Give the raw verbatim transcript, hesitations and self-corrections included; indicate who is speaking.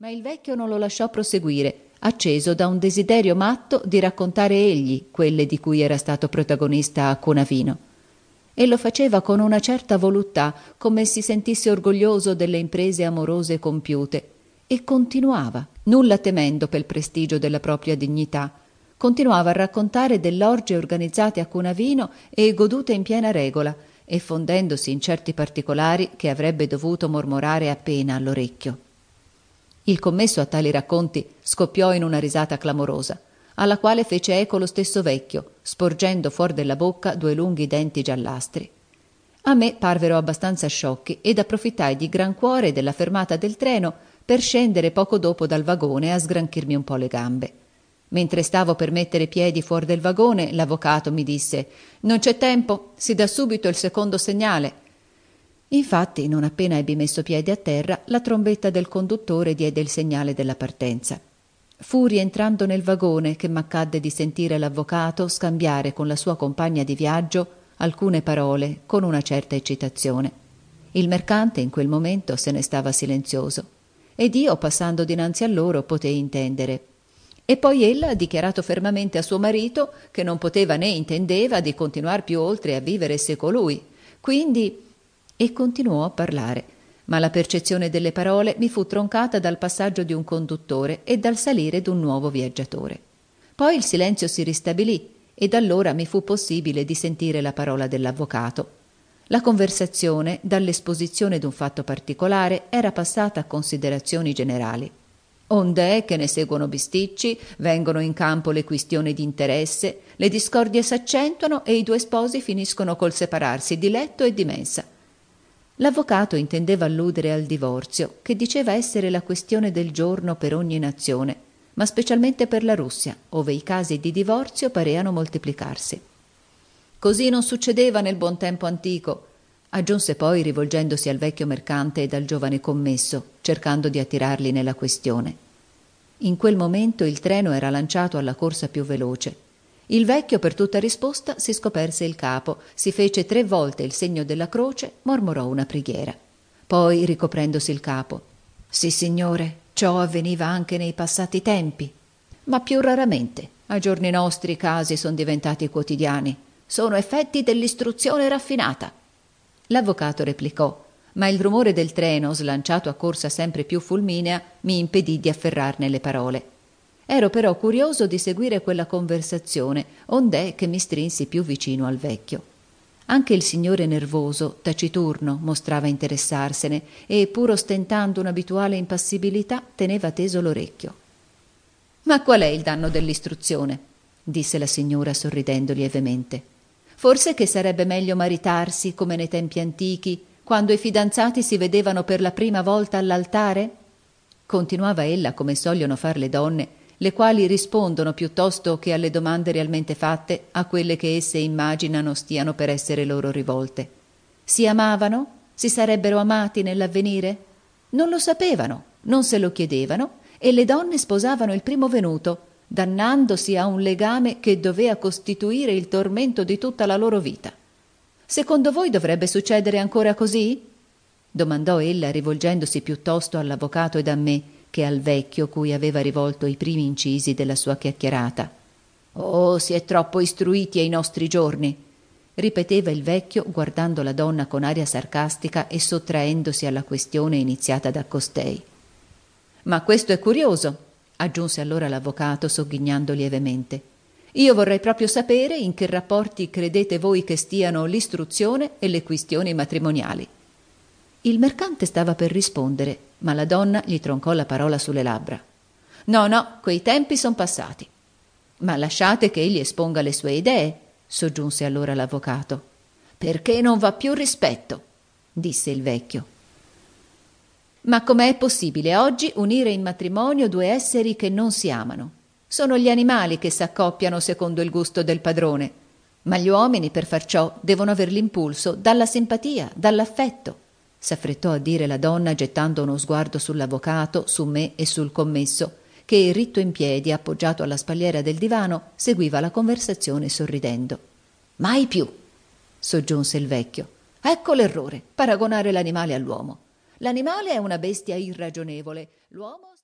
Speaker 1: Ma il vecchio non lo lasciò proseguire, acceso da un desiderio matto di raccontare egli quelle di cui era stato protagonista a Conavino. E lo faceva con una certa voluttà, come si sentisse orgoglioso delle imprese amorose compiute, e continuava, nulla temendo pel prestigio della propria dignità, continuava a raccontare delle orge organizzate a Conavino e godute in piena regola, e fondendosi in certi particolari che avrebbe dovuto mormorare appena all'orecchio. Il commesso a tali racconti scoppiò in una risata clamorosa, alla quale fece eco lo stesso vecchio, sporgendo fuor della bocca due lunghi denti giallastri. A me parvero abbastanza sciocchi ed approfittai di gran cuore della fermata del treno per scendere poco dopo dal vagone a sgranchirmi un po' le gambe. Mentre stavo per mettere piedi fuori del vagone, l'avvocato mi disse: «Non c'è tempo, si dà subito il secondo segnale». Infatti, non appena ebbi messo piede a terra, la trombetta del conduttore diede il segnale della partenza. Fu rientrando nel vagone che m'accadde di sentire l'avvocato scambiare con la sua compagna di viaggio alcune parole con una certa eccitazione. Il mercante in quel momento se ne stava silenzioso, ed io, passando dinanzi a loro, potei intendere. E poi ella ha dichiarato fermamente a suo marito che non poteva né intendeva di continuar più oltre a vivere se colui. Quindi... E continuò a parlare, ma la percezione delle parole mi fu troncata dal passaggio di un conduttore e dal salire d'un nuovo viaggiatore. Poi il silenzio si ristabilì ed allora mi fu possibile di sentire la parola dell'avvocato. La conversazione, dall'esposizione d'un fatto particolare, era passata a considerazioni generali. Ond'è che ne seguono bisticci, vengono in campo le quistioni di interesse, le discordie s'accentuano e i due sposi finiscono col separarsi di letto e di mensa. L'avvocato intendeva alludere al divorzio, che diceva essere la questione del giorno per ogni nazione, ma specialmente per la Russia, ove i casi di divorzio pareano moltiplicarsi. Così non succedeva nel buon tempo antico, aggiunse poi rivolgendosi al vecchio mercante ed al giovane commesso, cercando di attirarli nella questione. In quel momento il treno era lanciato alla corsa più veloce. Il vecchio per tutta risposta si scoperse il capo, si fece tre volte il segno della croce, mormorò una preghiera. Poi, ricoprendosi il capo: «Sì, signore, ciò avveniva anche nei passati tempi, ma più raramente. Ai giorni nostri i casi sono diventati quotidiani. Sono effetti dell'istruzione raffinata». L'avvocato replicò, ma il rumore del treno, slanciato a corsa sempre più fulminea, mi impedì di afferrarne le parole. Ero però curioso di seguire quella conversazione, ond'è che mi strinsi più vicino al vecchio. Anche il signore nervoso, taciturno, mostrava interessarsene e, pur ostentando un'abituale impassibilità, teneva teso l'orecchio. «Ma qual è il danno dell'istruzione?» disse la signora sorridendo lievemente. «Forse che sarebbe meglio maritarsi come nei tempi antichi, quando i fidanzati si vedevano per la prima volta all'altare?» Continuava ella come sogliono far le donne, le quali rispondono piuttosto che alle domande realmente fatte a quelle che esse immaginano stiano per essere loro rivolte. Si amavano? Si sarebbero amati nell'avvenire? Non lo sapevano, non se lo chiedevano, e le donne sposavano il primo venuto, dannandosi a un legame che dovea costituire il tormento di tutta la loro vita. Secondo voi dovrebbe succedere ancora così? Domandò ella, rivolgendosi piuttosto all'avvocato ed a me che al vecchio cui aveva rivolto i primi incisi della sua chiacchierata. «Oh, si è troppo istruiti ai nostri giorni», ripeteva il vecchio guardando la donna con aria sarcastica e sottraendosi alla questione iniziata da costei. «Ma questo è curioso», aggiunse allora l'avvocato sogghignando lievemente. «Io vorrei proprio sapere in che rapporti credete voi che stiano l'istruzione e le quistioni matrimoniali». Il mercante stava per rispondere, ma la donna gli troncò la parola sulle labbra. «No, no, quei tempi son passati». «Ma lasciate che egli esponga le sue idee», soggiunse allora l'avvocato. «Perché non va più rispetto», disse il vecchio. «Ma com'è possibile oggi unire in matrimonio due esseri che non si amano? Sono gli animali che s'accoppiano secondo il gusto del padrone, ma gli uomini per far ciò devono aver l'impulso dalla simpatia, dall'affetto», s'affrettò a dire la donna gettando uno sguardo sull'avvocato, su me e sul commesso, che, ritto in piedi, appoggiato alla spalliera del divano, seguiva la conversazione sorridendo. «Mai più», soggiunse il vecchio. «Ecco l'errore, paragonare l'animale all'uomo. L'animale è una bestia irragionevole, l'uomo...»